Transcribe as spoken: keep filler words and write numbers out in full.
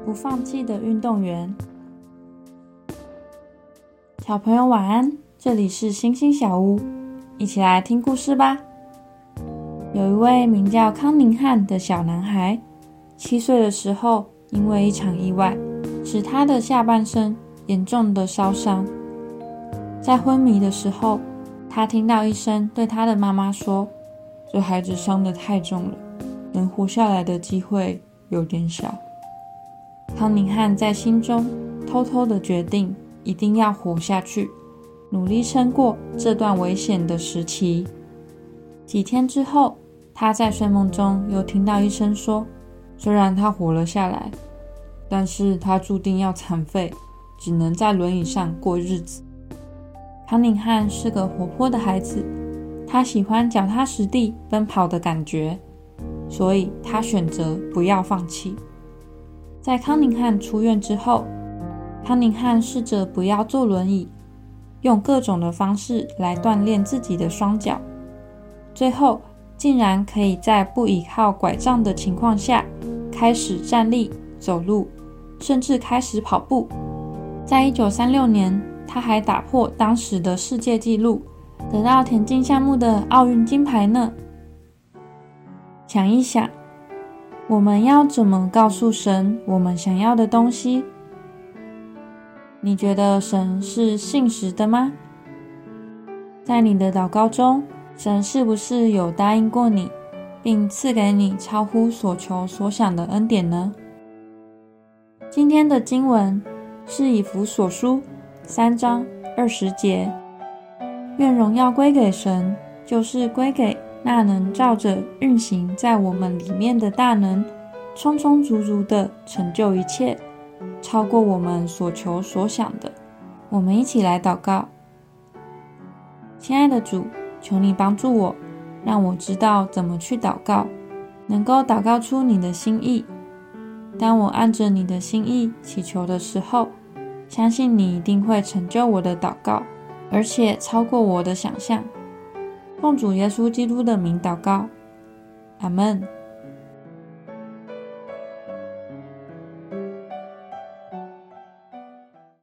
不放弃的运动员。小朋友晚安，这里是星星小屋，一起来听故事吧。有一位名叫康宁汉的小男孩，七岁的时候，因为一场意外，使他的下半身严重的烧伤。在昏迷的时候，他听到医生对他的妈妈说，这孩子伤得太重了，能活下来的机会有点小。康宁汉在心中偷偷的决定，一定要活下去，努力撑过这段危险的时期。几天之后，他在睡梦中又听到医生说，虽然他活了下来，但是他注定要残废，只能在轮椅上过日子。康宁汉是个活泼的孩子，他喜欢脚踏实地奔跑的感觉，所以他选择不要放弃。在康宁汉出院之后，康宁汉试着不要坐轮椅，用各种的方式来锻炼自己的双脚，最后竟然可以在不依靠拐杖的情况下开始站立、走路，甚至开始跑步。在一九三六年，他还打破当时的世界纪录，得到田径项目的奥运金牌呢。想一想，我们要怎么告诉神我们想要的东西？你觉得神是信实的吗？在你的祷告中，神是不是有答应过你，并赐给你超乎所求所想的恩典呢？今天的经文是以弗所书三章二十节，愿荣耀归给神，就是归给那能照着运行在我们里面的大能，充充足足的成就一切，超过我们所求所想的。我们一起来祷告。亲爱的主，求你帮助我，让我知道怎么去祷告，能够祷告出你的心意。当我按着你的心意祈求的时候，相信你一定会成就我的祷告，而且超过我的想象。奉主耶稣基督的名祷告，阿们。